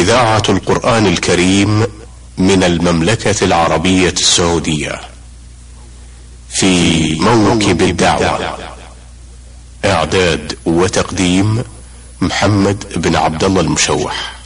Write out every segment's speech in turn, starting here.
إذاعة القرآن الكريم من المملكة العربية السعودية في موكب الدعوة. إعداد وتقديم محمد بن عبد الله المشوح.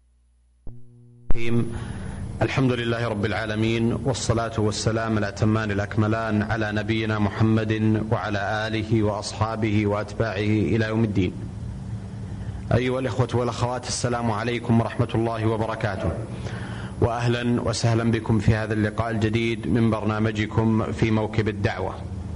الحمد لله رب العالمين، والصلاة والسلام الأتمان الأكملان على نبينا محمد وعلى آله وأصحابه وأتباعه إلى يوم الدين. أيها الإخوة والأخوات، السلام عليكم ورحمة الله وبركاته، وأهلا وسهلا بكم في هذا اللقاء الجديد من برنامجكم في موكب الدعوة،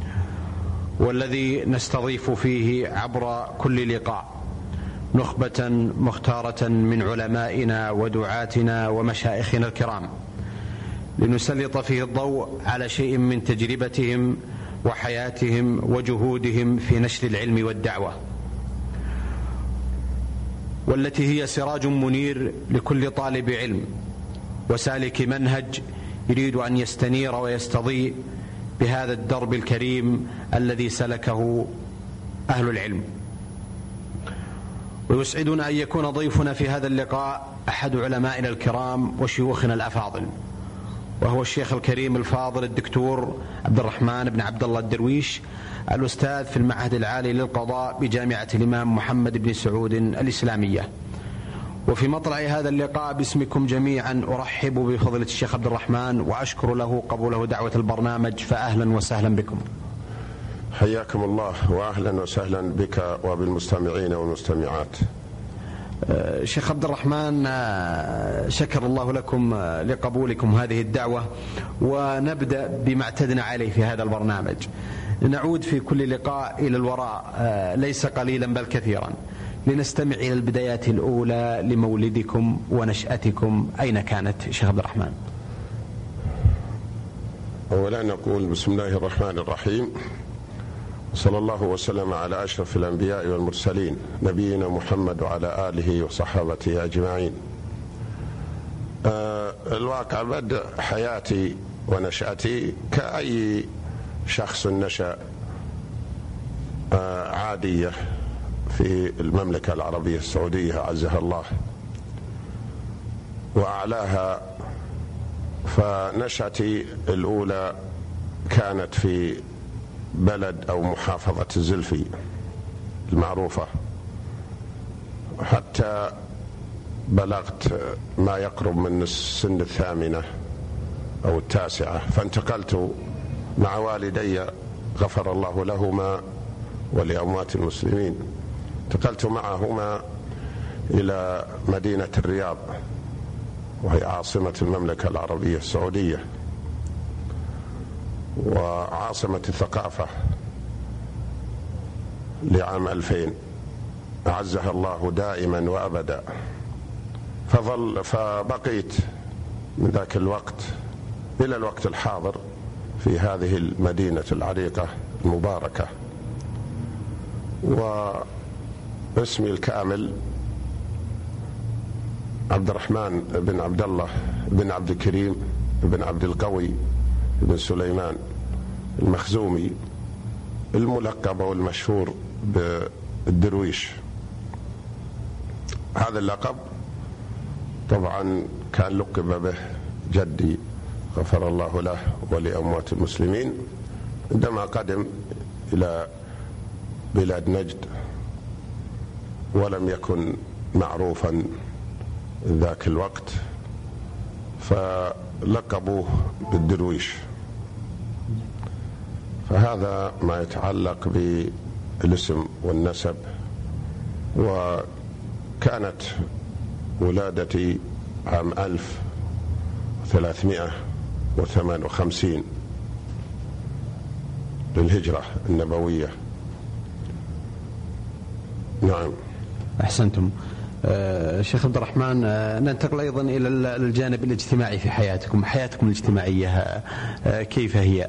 والذي نستضيف فيه عبر كل لقاء نخبة مختارة من علمائنا ودعاتنا ومشايخنا الكرام، لنسلط فيه الضوء على شيء من تجربتهم وحياتهم وجهودهم في نشر العلم والدعوة، والتي هي سراج منير لكل طالب علم وسالك منهج يريد أن يستنير ويستضيء بهذا الدرب الكريم الذي سلكه أهل العلم. ويسعدنا أن يكون ضيفنا في هذا اللقاء أحد علمائنا الكرام وشيوخنا الأفاضل، وهو الشيخ الكريم الفاضل الدكتور عبد الرحمن بن عبد الله الدرويش، الأستاذ في المعهد العالي للقضاء بجامعة الإمام محمد بن سعود الإسلامية. وفي مطلع هذا اللقاء باسمكم جميعا أرحب بفضيلة الشيخ عبد الرحمن وأشكر له قبوله دعوة البرنامج، فأهلا وسهلا بكم. حياكم الله وأهلا وسهلا بك وبالمستمعين والمستمعات. شيخ عبد الرحمن، شكر الله لكم لقبولكم هذه الدعوة، ونبدأ بما اعتدنا عليه في هذا البرنامج. نعود في كل لقاء إلى الوراء ليس قليلا بل كثيرا، لنستمع إلى البدايات الأولى لمولدكم ونشأتكم. أين كانت شيخ عبد الرحمن؟ أولا نقول بسم الله الرحمن الرحيم، صلى الله وسلم على أشرف الأنبياء والمرسلين نبينا محمد وعلى آله وصحابته أجمعين. الواقع بدء حياتي ونشأتي كأي شخص نشأ عادية في المملكة العربية السعودية عزها الله وأعلاها. فنشأتي الأولى كانت في بلد أو محافظة الزلفي المعروفة، حتى بلغت ما يقرب من سن 8 أو 9، فانتقلت مع والدي غفر الله لهما ولأموات المسلمين، انتقلت معهما إلى مدينة الرياض وهي عاصمة المملكة العربية السعودية وعاصمة الثقافة لعام 2000 أعزها الله دائما وأبدا. فبقيت من ذاك الوقت إلى الوقت الحاضر في هذه المدينة العريقة المباركة. واسمي الكامل عبد الرحمن بن عبد الله بن عبد الكريم بن عبد القوي بن سليمان المخزومي، الملقب والمشهور بالدرويش. هذا اللقب طبعا كان لقب به جدي غفر الله له ولأموات المسلمين عندما قدم إلى بلاد نجد، ولم يكن معروفا ذاك الوقت فلقبوه بالدرويش. فهذا ما يتعلق بالاسم والنسب. وكانت ولادتي عام 1358 للهجرة النبوية. نعم، أحسنتم. شيخ عبد الرحمن، ننتقل أيضا إلى الجانب الاجتماعي في حياتكم. حياتكم الاجتماعية كيف هي؟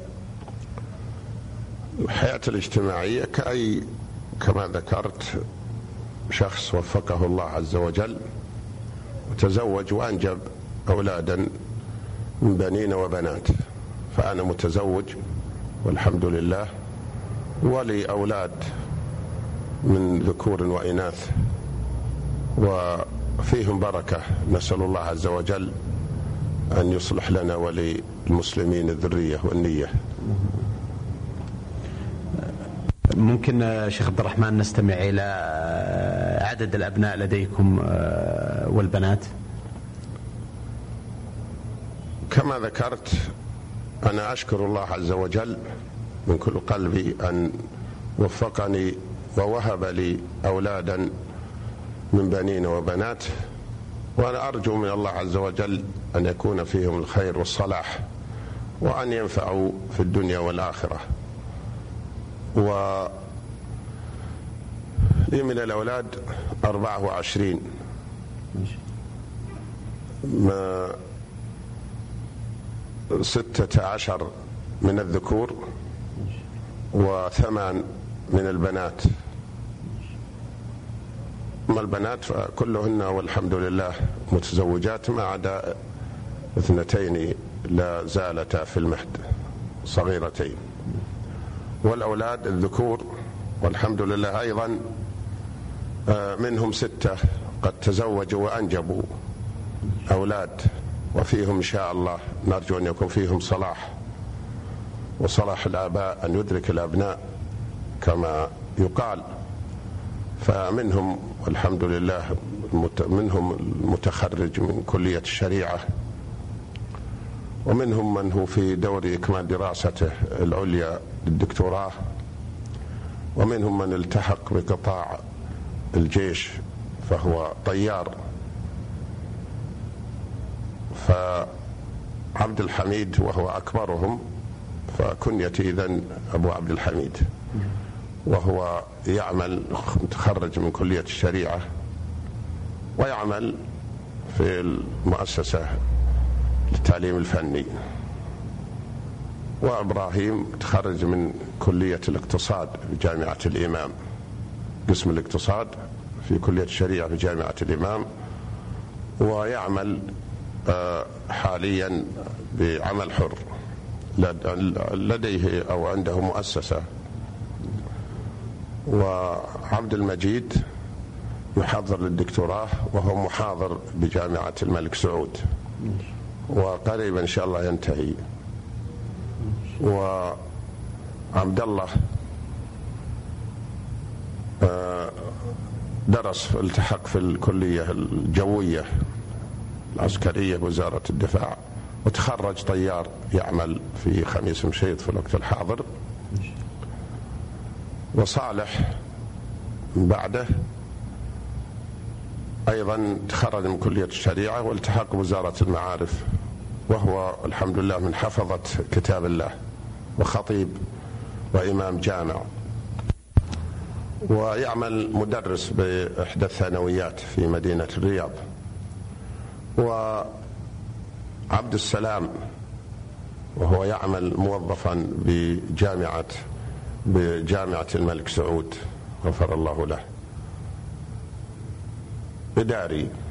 الحياة الاجتماعية كما ذكرت، شخص وفقه الله عز وجل وتزوج وأنجب أولادا من بنين وبنات. فأنا متزوج والحمد لله، ولي أولاد من ذكور وإناث، وفيهم بركة. نسأل الله عز وجل أن يصلح لنا وللمسلمين الذرية والنية. ممكن شيخ عبد الرحمن نستمع إلى عدد الأبناء لديكم والبنات؟ كما ذكرت، أنا أشكر الله عز وجل من كل قلبي أن وفقني ووهب لي أولادا من بنين وبنات، وأنا أرجو من الله عز وجل أن يكون فيهم الخير والصلاح وأن ينفعوا في الدنيا والآخرة. ولي من الأولاد 24، 16 من الذكور و8 من البنات. أما البنات فكلهن والحمد لله متزوجات، ما عدا 2 لا زالتا في المهد صغيرتين. والأولاد الذكور والحمد لله أيضا منهم 6 قد تزوجوا وأنجبوا أولاد، وفيهم إن شاء الله نرجو أن يكون فيهم صلاح، وصلاح الآباء أن يدرك الأبناء كما يقال. فمنهم والحمد لله منهم المتخرج من كلية الشريعة، ومنهم من هو في دور إكمال دراسته العليا للدكتوراه، ومنهم من التحق بقطاع الجيش فهو طيار. فعبد الحميد وهو أكبرهم، فكنيتي إذن أبو عبد الحميد، وهو يعمل متخرج من كلية الشريعة ويعمل في المؤسسة للتعليم الفني. وإبراهيم تخرج من كلية الاقتصاد بجامعة الإمام، قسم الاقتصاد في كلية الشريعة بجامعة الإمام، ويعمل حاليا بعمل حر لديه أو عنده مؤسسة. وعبد المجيد يحضر للدكتوراه وهو محاضر بجامعة الملك سعود، وقريبا إن شاء الله ينتهي. وعبد الله درس التحق في الكلية الجوية العسكرية بوزارة الدفاع، وتخرج طيار يعمل في خميس مشيط في الوقت الحاضر. وصالح بعده أيضا تخرج من كلية الشريعة والتحق بوزارة المعارف، وهو الحمد لله من حفظة كتاب الله وخطيب وإمام جامع، ويعمل مدرس بإحدى الثانويات في مدينة الرياض. وعبد السلام وهو يعمل موظفا بجامعة الملك سعود غفر الله له إداري.